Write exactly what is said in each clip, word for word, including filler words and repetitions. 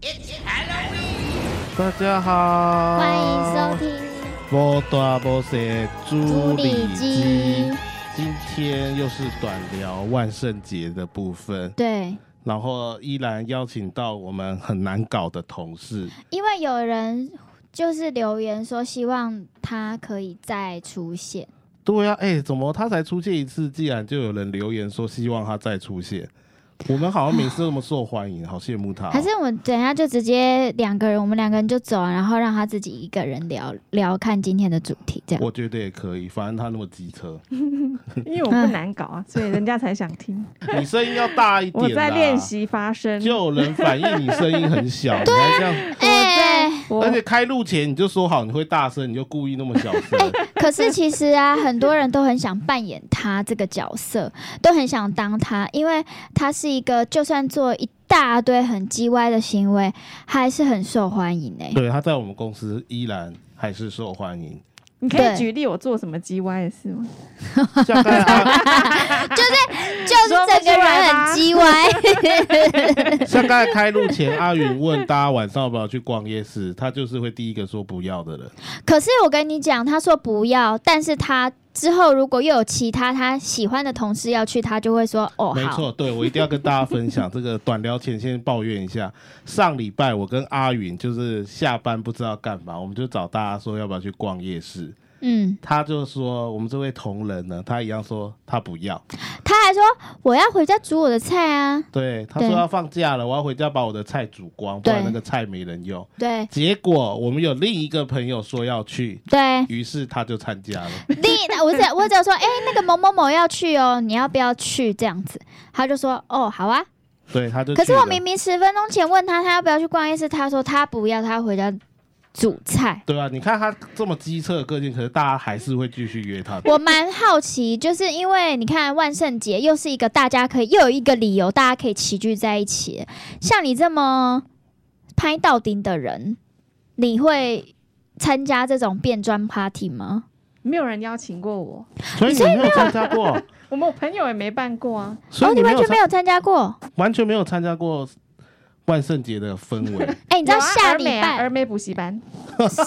大家好， 欢迎收听无大无小猪里鸡。今天又是短聊万圣节的部分， 对， 然后依然邀请到我们很难搞的同事， 因为有人就是留言说希望他可以再出现。 对啊，哎、欸，怎么他才出现一次，既然就有人留言说希望他再出现？我们好像每次那么受欢迎，好羡慕他、哦。 还是我们等一下就直接两个人，我们两个人就走了，然后让他自己一个人聊聊看今天的主题，这样。 我觉得也可以，反正他那么机车。 因为我不难搞啊，所以人家才想听。 你声音要大一点啦。 我在练习发声， 就有人反映你声音很小，你还这样。 哎、欸， 而且开录前你就说好你会大声，你就故意那么小声。 欸、可是其实啊，很多人都很想扮演他这个角色，都很想当他，因为他是一个就算做一大堆很鸡歪的行为，还是很受欢迎哎、欸。 对，他在我们公司依然还是受欢迎。 你可以举例我做什么鸡歪的事吗？ 像刚才、 啊、就是就是整个人很鸡歪。 像刚才开录前，阿允问大家晚上要不要去逛夜市，他就是会第一个说不要的人。 可是我跟你讲，他说不要，但是他之后如果又有其他他喜欢的同事要去，他就会说哦， 没错，对，我一定要跟大家分享这个短聊前先抱怨一下，上礼拜我跟阿允就是下班不知道干嘛，我们就找大家说要不要去逛夜市。嗯，他就说我们这位同仁呢，他一样说他不要， 他还说我要回家煮我的菜啊。 对，他说要放假了，我要回家把我的菜煮光，不然那个菜没人用。对，结果我们有另一个朋友说要去，对，于是他就参加了。 我只我只有说，哎、欸，那个某某某要去哦，你要不要去？这样子，他就说哦，好啊。 对，他就。 可是我明明十分钟前问他，他要不要去逛夜市，他说他不要，他要回家煮菜。 对啊，你看他这么机车的个性，可是大家还是会继续约他。 我蛮好奇，就是因为你看万圣节又是一个大家可以又有一个理由，大家可以齐聚在一起。像你这么拍到顶的人，你会参加这种变装 party 吗？ 没有人邀请过我， 所以你没有参加过。 我们朋友也没办过啊。 所以你、哦、你完全没有参加过， 完全没有参加过。万圣节的氛围， 哎、欸，你知道下礼拜儿美补习班， 你知道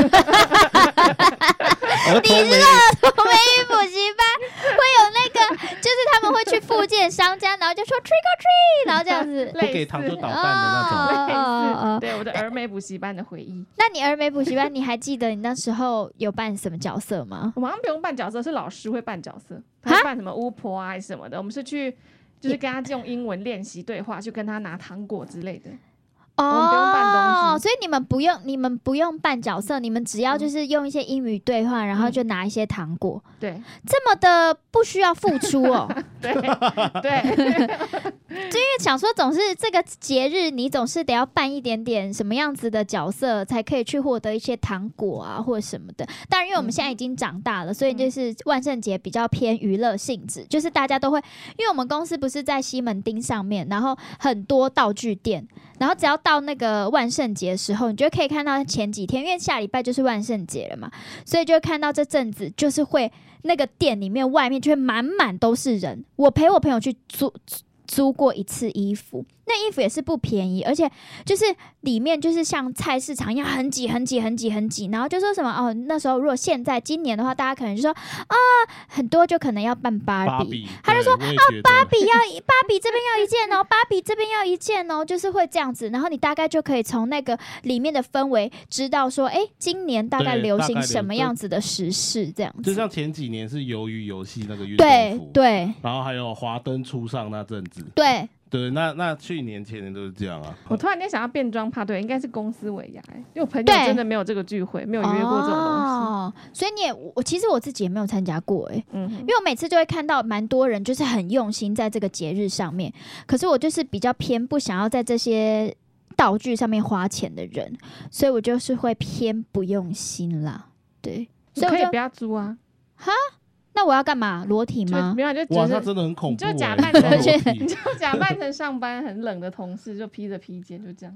儿童美语补习班会有那个，就是他们会去附近商家，然后就说 trick or treat， 然后这样子， 不给糖就捣蛋的那种。 类似，哦哦、对我的儿美补习班的回忆。 那你儿美补习班，你还记得你那时候有扮什么角色吗？ 我们好像不用扮角色，是老师会扮角色，他会扮什么巫婆啊还是什么的。我们是去。就是跟他用英文练习对话，就跟他拿糖果之类的。哦，我们不用扮东西， 所以你们不用，你们不用扮角色，你们只要就是用一些英语对话，然后就拿一些糖果。嗯、 对， 这么的不需要付出哦。 对对， 就因为想说，总是这个节日，你总是得要扮一点点什么样子的角色，才可以去获得一些糖果啊，或者什么的。当然，因为我们现在已经长大了，所以就是万圣节比较偏娱乐性质，就是大家都会，因为我们公司不是在西门町上面，然后很多道具店，然后只要到那个万圣节的时候，你就可以看到前几天，因为下礼拜就是万圣节了嘛，所以就会看到这阵子就是会那个店里面外面就会满满都是人。我陪我朋友去租租过一次衣服，那衣服也是不便宜，而且就是里面就是像菜市场一样很挤很挤很挤很挤，然后就说什么哦，那时候如果现在今年的话，大家可能就说啊，很多就可能要扮芭比，他就说啊，芭比要芭比这边要一件哦，芭比这边要一件哦，就是会这样子，然后你大概就可以从那个里面的氛围知道说，哎，今年大概流行什么样子的时事，这样子。 就像前几年是鱿鱼游戏那个运动服， 对对， 然后还有华灯初上那阵子， 对。 对，那那去年前年都是这样啊。 我突然间想要变装趴，对，应该是公司尾牙，因为我朋友真的没有这个聚会，没有约过这种东西。哦， 所以你也我其实我自己也没有参加过哎、欸，嗯，因为我每次就会看到蛮多人就是很用心在这个节日上面，可是我就是比较偏不想要在这些道具上面花钱的人，所以我就是会偏不用心啦。对， 所以可以不要租啊。 哈？那我要干嘛？裸体吗？ 没有，就哇，他真的很恐怖、欸。 你就假扮成，你就假扮成上班很冷的同事，就披着披肩，就这样。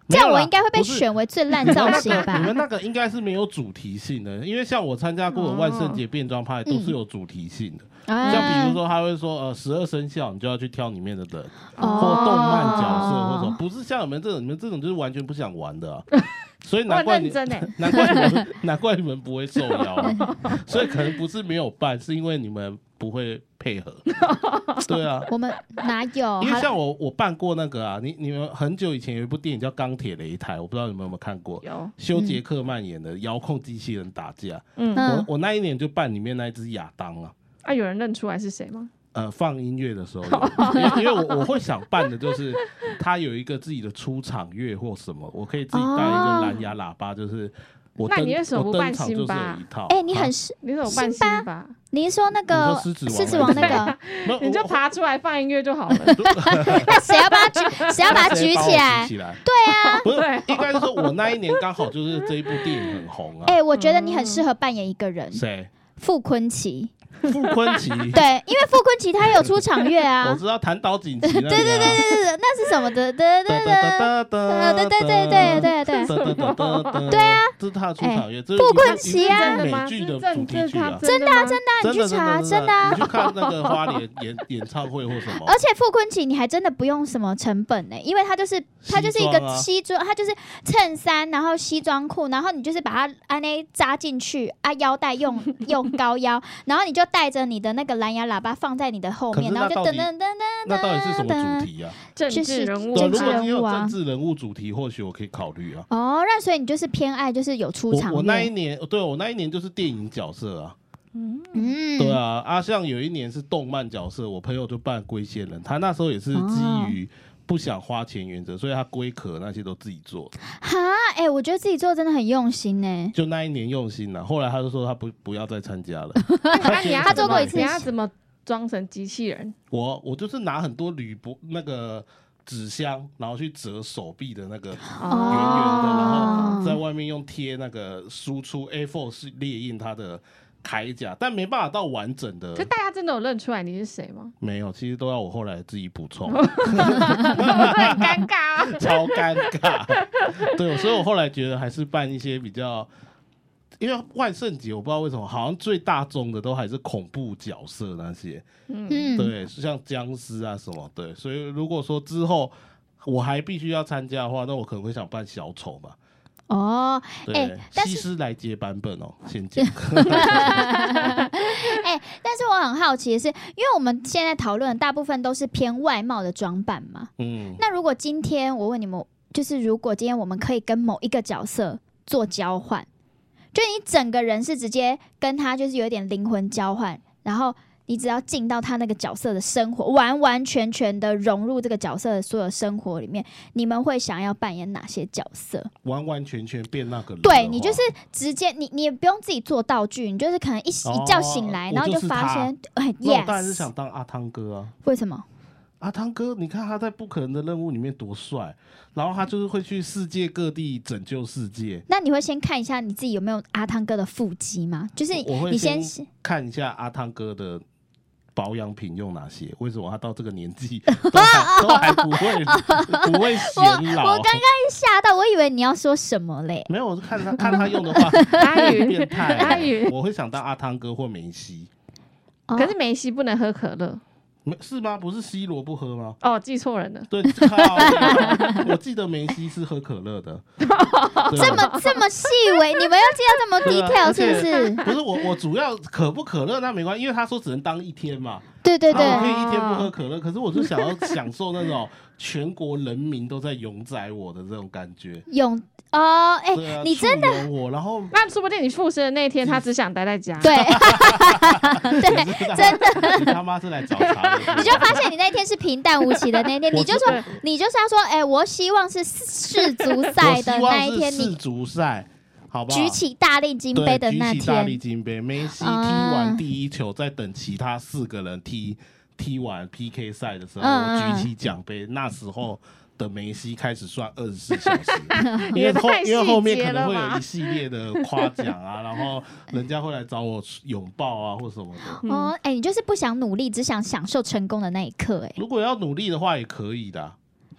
这样我应该会被选为最烂造型吧？ 你们那个应该是没有主题性的，因为像我参加过的万圣节变装派都是有主题性的。嗯、像比如说，他会说，呃，十二生肖，你就要去挑里面的人，哦、或动漫角色，或什么，不是像你们这种，你们这种就是完全不想玩的啊。所以难怪你，难怪你们，难怪你们不会受邀、啊。所以可能不是没有办，是因为你们不会配合。对啊， 我们哪有？ 因为像我，我办过那个啊，你你们很久以前有一部电影叫《钢铁擂台》，我不知道你们有没有看过？ 有。 休杰克曼演的遥控机器人打架。嗯，我我那一年就扮里面那一只亚当啊。 啊，有人认出来是谁吗？ 呃，放音乐的时候有，因为因为我我会想办的就是他有一个自己的出场乐或什么，我可以自己带一个蓝牙喇叭，就是我登那你为什么不办辛巴？ 哎、欸，你很是、啊、 你怎么办辛巴？ 你是说那个狮子王那个？ 你就爬出来放音乐就好了。 那谁要把它举？谁要把它举起来？ 起来对啊， 不是，应该是说我那一年刚好就是这一部电影很红啊。 哎、欸，我觉得你很适合扮演一个人。 谁？ 傅昆萁。 傅昆萁对，因为傅昆萁他有出场乐啊， 我知道弹岛锦旗、啊，对对对对对对，那是什么的？对对对对对对对对对对啊， 这是他的出场乐， 傅昆萁啊， 美剧的主题曲啊， 真的啊真的，你去查，真的啊， 你去看那个花莲演演唱会或什么， 而且傅昆萁你还真的不用什么成本呢，因为他就是他就是一个西装，他就是衬衫，然后西装裤，然后你就是把它安内扎进去啊，腰带用用高腰，然后你就带着你的那个蓝牙喇叭放在你的后面，然后就噔噔噔噔噔。 那到底是什么主题啊？ 政治人物。 政治人物啊。 政治人物主题，或许我可以考虑啊。 哦，那所以你就是偏爱就是有出场。 我, 我那一年，对我那一年就是电影角色啊。嗯，对啊，啊，像有一年是动漫角色，我朋友就扮龟仙人，他那时候也是基于不想花钱原则，所以他龟壳那些都自己做。 哈，哎、欸，我觉得自己做真的很用心呢、欸。 就那一年用心了，后来他就说他不不要再参加了。 他, 他做过一次， 你要怎么装成机器人？ 我我就是拿很多铝箔那个纸箱，然后去折手臂的那个圆圆的，哦、然后在外面用贴那个输出 A 四 列印它的铠甲，但没办法到完整的。 可大家真的有认出来你是谁吗？ 没有，其实都要我后来自己补充。 很尴尬、啊， 超尴尬。对，所以我后来觉得还是办一些比较，因为万圣节我不知道为什么，好像最大宗的都还是恐怖角色那些。嗯，对，像僵尸啊什么，对。所以如果说之后我还必须要参加的话，那我可能会想扮小丑吧。 哦， 对，欸、西施来接版本哦，先讲。 哎、欸，但是我很好奇的是，因为我们现在讨论的大部分都是偏外貌的装扮嘛。嗯。那如果今天我问你们，就是如果今天我们可以跟某一个角色做交换，就你整个人是直接跟他就是有点灵魂交换，然后你只要进到他那个角色的生活，完完全全的融入这个角色的所有生活里面，你们会想要扮演哪些角色？ 完完全全变那个人？ 对，你就是直接，你你也不用自己做道具，你就是可能一、哦、一觉醒来，然后就发现，哎 ，yes， 我当然是想当阿汤哥啊。 为什么？ 阿汤哥，你看他在不可能的任务里面多帅，然后他就是会去世界各地拯救世界。 那你会先看一下你自己有没有阿汤哥的腹肌吗？就是你先看一下阿汤哥的保养品用哪些？为什么他到这个年纪都还都还不会不会显老？ 我我刚刚一吓到，我以为你要说什么嘞？ 没有，我看他看他用的话， 阿宇变态， 阿宇， 我会想当阿汤哥或梅西。 哦、可是梅西不能喝可乐。 是吗？不是 C 罗不喝吗？ 哦，记错人了。 对，我记得梅西是喝可乐的。 这么这么细微，你们要记到这么 detail 是不是？ 不是我，我主要可不可乐那没关系，因为他说只能当一天嘛。 对对对， 我可以一天不喝可乐，可是我是想要享受那种全国人民都在拥载我的这种感觉。 拥哦，哎、欸啊，你真的我，然后那说不定你复生的那天，他只想待在家。 对，对，真的。 你他妈是来找茬的。 你就发现你那天是平淡无奇的那天，你就说你就是要说，哎、欸，我希望是世足赛的那一天，你世足赛。好不好？ 举起大力金杯的那天， 举起大力金杯，梅西踢完第一球，在等其他四个人踢踢完 P K 赛的时候，嗯、我举起奖杯，那时候的梅西开始算二十四小时，因为后因为后面可能会有一系列的夸奖啊，然后人家会来找我拥抱啊或什么的。 哦，哎、欸，你就是不想努力，只想享受成功的那一刻、欸，哎。 如果要努力的话，也可以的、啊。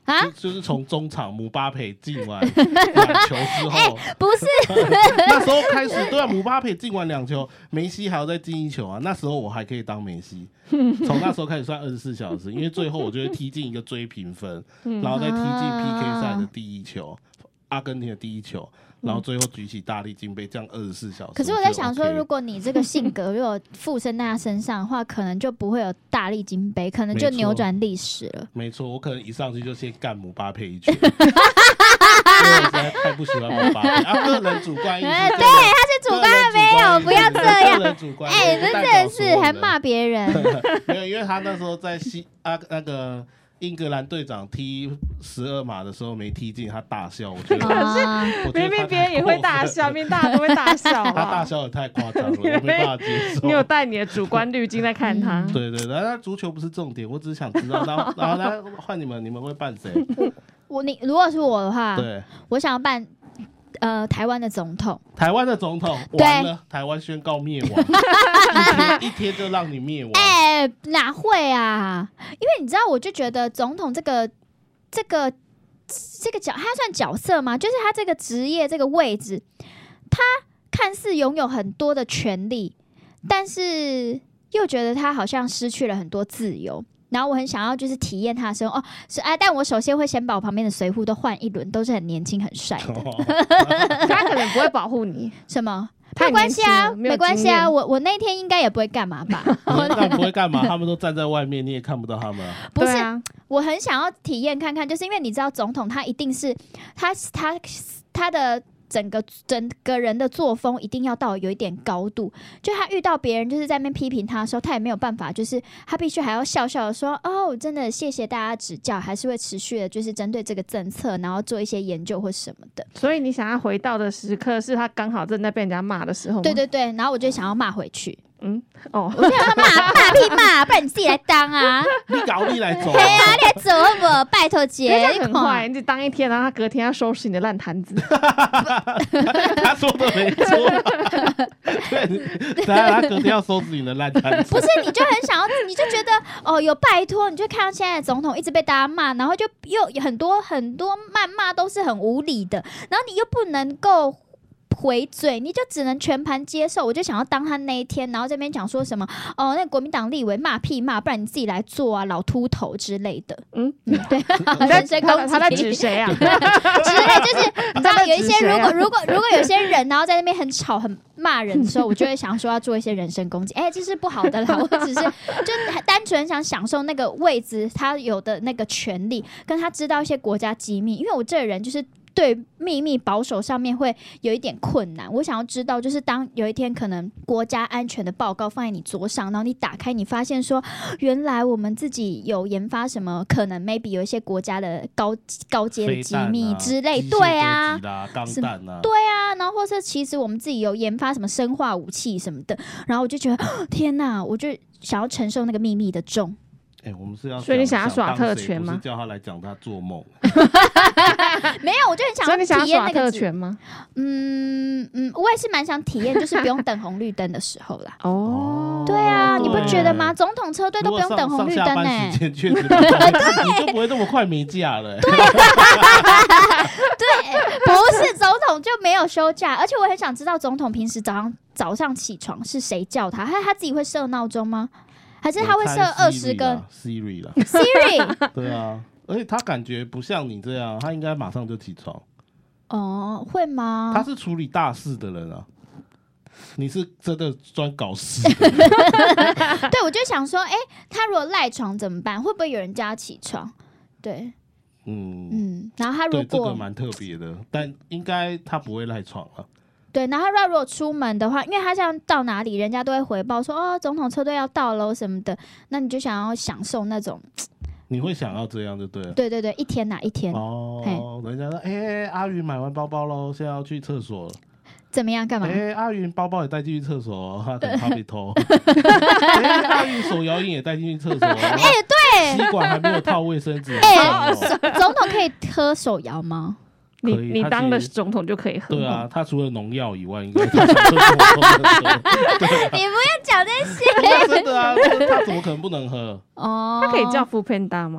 啊，就就是从中场姆巴佩进完两球之后，哎、 欸，不是， 那时候开始对啊，姆巴佩进完两球，梅西还要再进一球啊。那时候我还可以当梅西，从那时候开始算二十四小时，因为最后我就会踢进一个追平分，然后再踢进 P K 赛的第一球，阿根廷的第一球。然后最后举起大力金杯，这样二十四小时。 可是我在想说，如果你这个性格如果附身在他身上的话，可能就不会有大力金杯，可能就扭转历史了。 没错，我可能一上去就先干姆巴佩一拳。因为我实在太不喜欢姆巴佩啊，个人主观意识。 对，他是主观，他没有，不要这样。 个人主观， 哎，这真的是还骂别人。 没有，因为他那时候在西啊那个。英格兰队长踢十二码的时候没踢进，他大笑。我觉得， 可是明明别人也会大笑，明明大家都会大笑。 他大笑也太夸张了，我没办法接受。 你有带你的主观滤镜在看他。 嗯、对对对，那足球不是重点，我只是想知道，然后然后来换你们，你们会办谁？ 我你如果是我的话， 对， 我想要办。呃，台湾的总统， 台湾的总统完了，台湾宣告灭亡，一, 天一天就让你灭亡。 哎、欸，哪会啊？因为你知道，我就觉得总统这个这个这个角，他算角色吗？就是他这个职业这个位置，他看似拥有很多的权利，但是又觉得他好像失去了很多自由。然后我很想要就是体验他的生活哦，是哎，但我首先会先把我旁边的随扈都换一轮，都是很年轻很帅的。 哦、他可能不会保护你， 什么？没关系啊，没关系啊，我我那天应该也不会干嘛吧？ 那不会干嘛？他们都站在外面，你也看不到他们、啊。 不是，啊、我很想要体验看看，就是因为你知道，总统他一定是他他他的。整个整个人的作风一定要到有一点高度，就他遇到别人就是在那边批评他的时候，他也没有办法，就是他必须还要笑笑的说：“哦，真的谢谢大家指教，还是会持续的，就是针对这个政策，然后做一些研究或什么的。” 所以你想要回到的时刻是他刚好正在被人家骂的时候吗？ 对对对，然后我就想要骂回去。 嗯，哦， 我就想说骂骂屁骂，不然你自己来当啊！ 你搞你来走， 对啊，你来走好不好？拜托姐， 你很坏，你只当一天，然后他隔天要收拾你的烂摊子。 他说的没错，对，他隔天要收拾你的烂摊子。 不是，你就很想要，你就觉得哦，有拜托，你就看到现在的总统一直被大家骂，然后就又有很多很多谩骂都是很无理的，然后你又不能够。回嘴，你就只能全盘接受。我就想要当他那一天，然后这边讲说什么哦，那国民党立委骂屁骂，不然你自己来做啊，老秃头之类的。嗯嗯，对，人身攻击， 他在指谁啊？之类就是你知道有一些，如果如果如果有些人，然后在那边很吵很骂人的时候，我就会想说要做一些人身攻击。哎、欸，这是不好的啦，我只是就单纯想享受那个位置他有的那个权利，跟他知道一些国家机密，因为我这个人就是。对秘密保守上面会有一点困难，我想要知道，就是当有一天可能国家安全的报告放在你桌上，然后你打开，你发现说，原来我们自己有研发什么，可能 maybe 有一些国家的高高阶的机密之类， 啊、 对啊， 钢弹啊， 对啊，然后或是其实我们自己有研发什么生化武器什么的，然后我就觉得天哪，我就想要承受那个秘密的重。 哎、欸，我们是要， 所以你想要耍特权吗？ 不是叫他来讲他做梦。 没有，我就很想要体验那个。 所以你想要耍特权吗？ 嗯嗯，我也是蛮想体验，就是不用等红绿灯的时候啦。 哦， 对啊，你不觉得吗？总统车队都不用等红绿灯呢、 欸。时间确实，你就不会这么快没假了、欸。 对，对，不是总统就没有休假，而且我很想知道总统平时早上早上起床是谁叫他，他他自己会设闹钟吗？还是他会设二十个 Siri 啦 ？Siri 对啊，而且他感觉不像你这样，他应该马上就起床。 哦，会吗？ 他是处理大事的人啊，你是真的专搞事的。 对，我就想说，哎、欸，他如果赖床怎么办？会不会有人叫他起床？对，嗯嗯，然后他如果对这个蛮特别的，但应该他不会赖床了。 对，然后他如果出门的话，因为他像到哪里，人家都会回报说哦，总统车队要到喽什么的，那你就想要享受那种， 你会想要这样就对了。 对对对，一天哪、啊、一天哦，人家说哎、欸，阿云买完包包喽，现在要去厕所了。 怎么样？干嘛？ 哎、欸，阿云包包也带进去厕所，他可能怕被偷。哎、欸，阿云手摇饮也带进去厕所。哎、 欸，对， 吸管还没有套卫生纸。 哎、欸，总统可以喝手摇吗？ 你你当了总统就可以喝。 对啊，他除了农药以外，应该他想喝什么都能喝。 你不要讲这些。 真的啊，他怎么可能不能喝？ 哦， 他可以叫 Foodpanda 吗？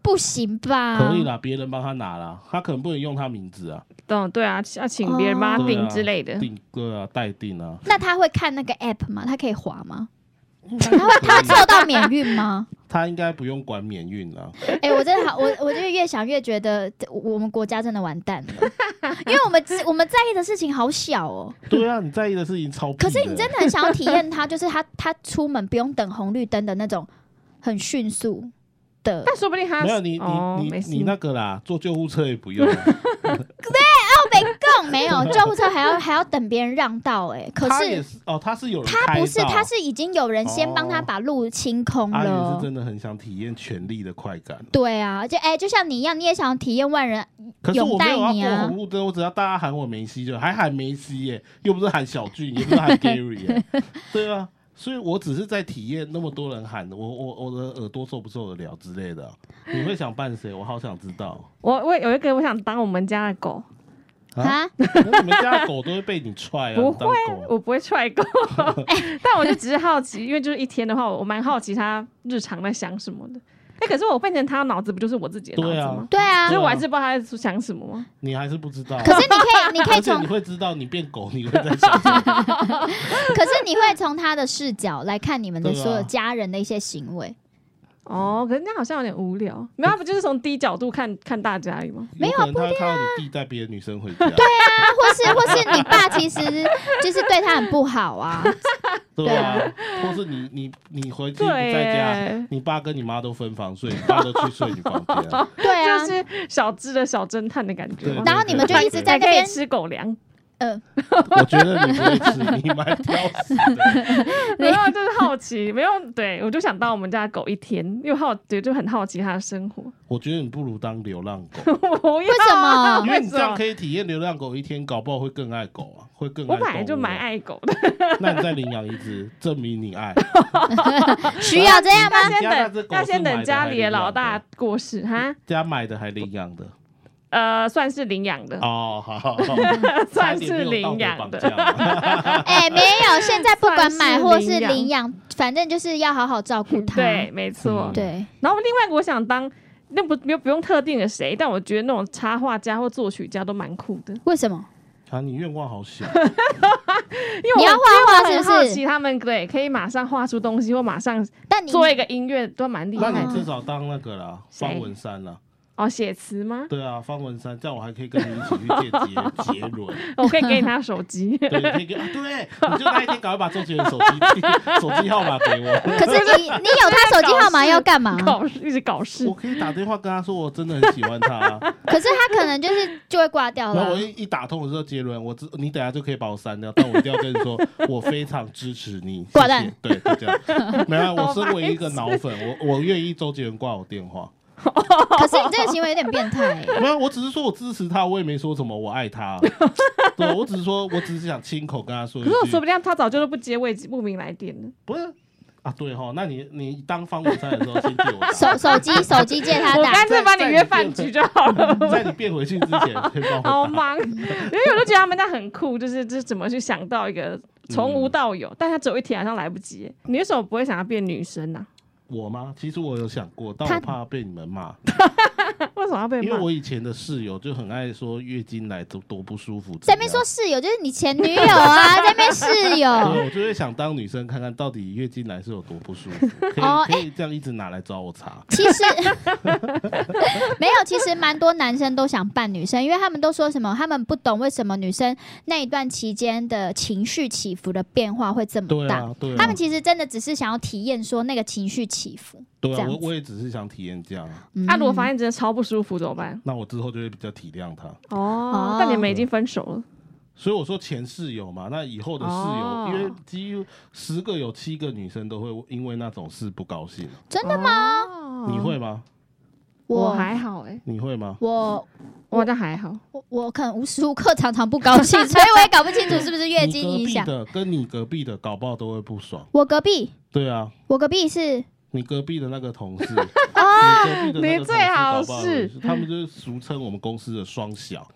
不行吧？ 可以啦，别人帮他拿啦，他可能不能用他名字啊。 嗯，对啊，要请别人帮他订之类的， 订对啊，代订啊。 那他会看那个 app 吗？他可以滑吗？他会他会凑到免运吗？ 他应该不用管免运啦。 哎、欸，我真的好，我我就越想越觉得我们国家真的完蛋了，因为我们我们在意的事情好小哦。 对啊，你在意的事情超屁的。 可是你真的很想要体验它，就是他他出门不用等红绿灯的那种很迅速的。 但说不定他没有你你、哦、你你那个啦，坐救护车也不用。 对。没更没有救护车还要还要等别人让道哎、欸，可是他也是哦，他是有人开道， 他不是他是已经有人先帮他把路清空了。阿元是真的很想体验权力的快感。 对啊，就哎、欸，就像你一样，你也想体验万人拥戴你啊。 可是我没有要过红绿灯，我只要大家喊我梅西就还喊梅西耶，又不是喊小俊，也不是喊 Gary 耶。对啊，所以我只是在体验那么多人喊的，我我我的耳朵受不受得了之类的。你会想扮谁？我好想知道。 我我有一个我想当我们家的狗。 啊！ 你们家的狗都会被你踹啊！ 不会，我不会踹狗，但我就只是好奇，因为就是一天的话，我蛮好奇它日常在想什么的。哎、欸，可是我变成它脑子，不就是我自己的脑子吗？ 对啊， 所以我还是不知道它在想什么吗？ 你还是不知道。 可是你可以，你可以从你会知道，你变狗，你会在想什么。 可是你会从他的视角来看你们的所有家人的一些行为。 哦，可是那好像有点无聊。没有，他不就是从低角度看看大家而已吗？ 没有， 可能他看到你弟带别的女生回家。对啊，或是或是你爸其实就是对他很不好啊。 对啊，或是你你你回去不在家，你爸跟你妈都分房睡，你爸都去睡你房间。 对啊， 就是小只的小侦探的感觉。 然后你们就一直在那边吃狗粮。 嗯， 我觉得你不会吃，你蛮挑食的。 没有，就是好奇，没有对我就想当我们家的狗一天，因为好对，就很好奇它的生活。 我觉得你不如当流浪狗。 为什么？ 因为你这样可以体验流浪狗一天，搞不好会更爱狗啊，会更爱狗。 我本来就蛮爱狗的。 那你再领养一只，证明你爱。 需要这样吗？ 要先等，要先等家里的老大过世哈。 家买的还领养的？ 呃，算是领养的哦，好好好， 算是领养的。 哎、欸，没有，现在不管买或是领养，反正就是要好好照顾它。 对，没错、嗯。 对。 然后另外我想当，那不不不用特定的谁，但我觉得那种插画家或作曲家都蛮酷的。 为什么？ 啊，你愿望好小。 因为你要画画是不是？ 好奇他们对可以马上画出东西，或马上做一个音乐，都蛮厉害的。 那你至少当那个啦，方文山啦。 哦，写词吗？ 对啊，方文山，这样我还可以跟你一起去借杰杰伦。 我可以给你他手机。 对，可以给啊，对，你就那一天赶快把周杰伦手机手机号码给我。 可是你你有他手机号码要干嘛？ 搞一直搞事。 我可以打电话跟他说，我真的很喜欢他、啊。 可是他可能就是就会挂掉了。 然后我一一打通的时候，杰伦，我你等下就可以把我删掉，但我一定要跟你说，我非常支持你。 挂断。 对，就这样。没有，我身为一个脑粉，我我愿意周杰伦挂我电话。 可是你这个行为有点变态、欸。 没有，我只是说我支持他，我也没说什么我爱他。对，我只是说我只是想亲口跟他说一句。 可是我说不定他早就都不接未不明来电了。 不是啊，对哈，那你你当方文山的时候先借我打手手机手机借他打， 我干脆帮你约饭局就好了。 在你变回去之前，可以帮我打。 好忙，因为我就觉得他们那很酷，就是就是怎么去想到一个从无到有，嗯、但他只有一天好像来不及。你为什么不会想要变女生呢、啊？ 我吗？其实我有想过，但我怕被你们骂。 为什么要被骂？ 因为我以前的室友就很爱说月经来多多不舒服。 在那边说室友就是你前女友啊，在那边室友。 对，我就会想当女生看看到底月经来是有多不舒服，可以、哦、可以这样一直拿来找我查。 其实没有，其实蛮多男生都想扮女生，因为他们都说什么，他们不懂为什么女生那一段期间的情绪起伏的变化会这么大。 对啊，对啊。 他们其实真的只是想要体验说那个情绪起伏。 对啊，我我也只是想体验这样。 嗯、啊，如果发现真的超不舒服怎么办？ 那我之后就会比较体谅他。 哦，但你们已经分手了。 所以我说前室友嘛，那以后的室友，哦、因为几乎十个有七个女生都会因为那种事不高兴。 真的吗？ 哦、你会吗？ 我还好哎、欸。 你会吗？ 我我的还好， 我我可能无时无刻常常不高兴，所以我也搞不清楚是不是月经影响。 你隔壁的跟你隔壁的搞不好都会不爽。 我隔壁？ 对啊。 我隔壁是。 你隔壁的那个同事， 哦， 你隔壁的那个同事你最好是， 他们就是俗称我们公司的双小。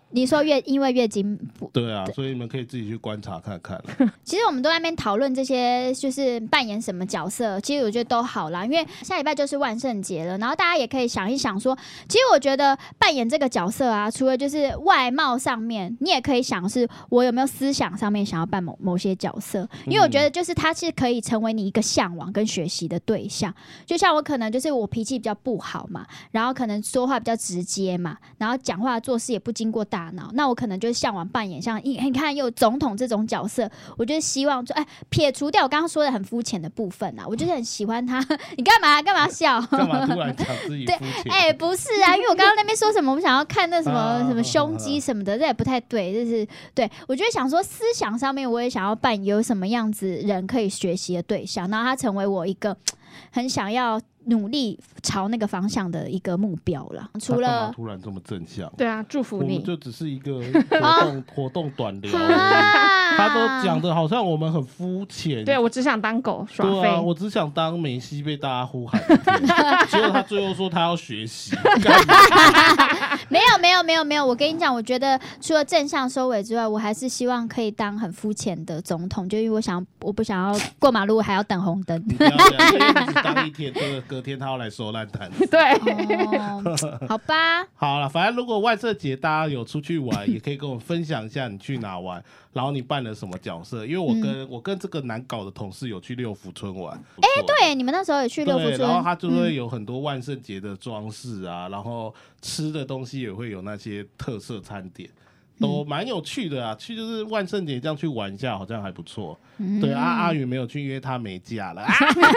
你说月因为月经不对啊，所以你们可以自己去观察看看其实我们都在那边讨论这些，就是扮演什么角色，其实我觉得都好啦，因为下礼拜就是万圣节了，然后大家也可以想一想说，其实我觉得扮演这个角色啊，除了就是外貌上面，你也可以想是我有没有思想上面想要扮某某些角色，因为我觉得就是它是可以成为你一个向往跟学习的对象。就像我可能就是我脾气比较不好嘛，然后可能说话比较直接嘛，然后讲话做事也不经过大脑，那我可能就是向往扮演像你看有总统这种角色，我就是希望说，哎，撇除掉我刚刚说的很肤浅的部分啊，我就是很喜欢他。你干嘛干嘛笑？ 干嘛突然讲自己肤浅？ 哎、欸，不是啊，因为我刚刚那边说什么，我们想要看那什么什么胸肌什么的，这也不太对。就是对我觉得想说思想上面，我也想要扮演有什么样子人可以学习的对象，然后他成为我一个很想要努力朝那个方向的一个目标了。除了突然这么正向， 对啊，祝福你。 我们就只是一个活动活动短聊而已，他都讲的好像我们很肤浅。 对，我只想当狗耍废。 对啊，我只想当梅西被大家呼喊，结果他最后说他要学习。 没有没有没有没有，我跟你讲，我觉得除了正向收尾之外，我还是希望可以当很肤浅的总统，就因为我想我不想要过马路还要等红灯。 你不要这样，因为你只当一天，这个隔天他要来收烂摊。 对、 哦，好吧。 好了，反正如果万圣节大家有出去玩，也可以跟我们分享一下你去哪玩，然后你扮了什么角色。因为我跟、嗯、我跟这个难搞的同事有去六福村玩。 哎、欸，对，你们那时候有去六福村， 然后他就会有很多万圣节的装饰啊、嗯，然后吃的东西也会有那些特色餐点。都蛮有趣的啊，去就是万圣节这样去玩一下，好像还不错。嗯、对啊，阿宇没有去，因为他没嫁了。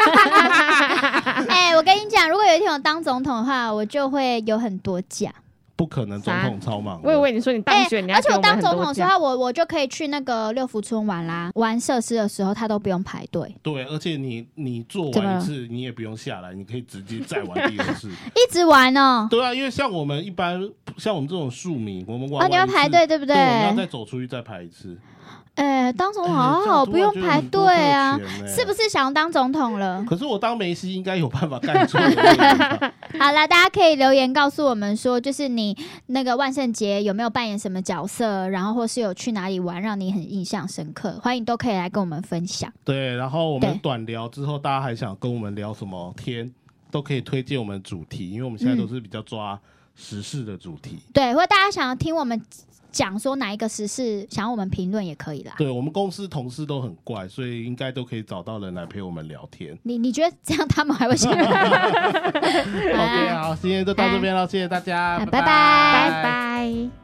哎、欸，我跟你讲，如果有一天我当总统的话，我就会有很多假。 不可能，总统超忙。 我以为你说你当选，欸、你要给我们很多假。 而且我当总统的时候，我我就可以去那个六福村玩啦。玩设施的时候，他都不用排队。 对，而且你你做完一次，你也不用下来，你可以直接再玩第二次， 一直玩哦。 对啊，因为像我们一般，像我们这种庶民，我们玩完一次，哦， 你要排队对不对？ 对，我们要再走出去再排一次。 哎、欸，当总统好好、欸，不用排队啊，是不是想当总统了？ 可是我当梅西应该有办法干出来。 好了，大家可以留言告诉我们说，就是你那个万圣节有没有扮演什么角色，然后或是有去哪里玩让你很印象深刻，欢迎都可以来跟我们分享。 对，然后我们短聊之后，大家还想跟我们聊什么天，都可以推荐我们主题，因为我们现在都是比较抓时事的主题。 嗯、对，或者大家想要听我们讲说哪一个时事，想要我们评论也可以啦。 对，我们公司同事都很怪，所以应该都可以找到人来陪我们聊天。 你你觉得这样他们还会信任 ？OK， 好，今天就到这边了，谢谢大家， 拜拜， 拜拜。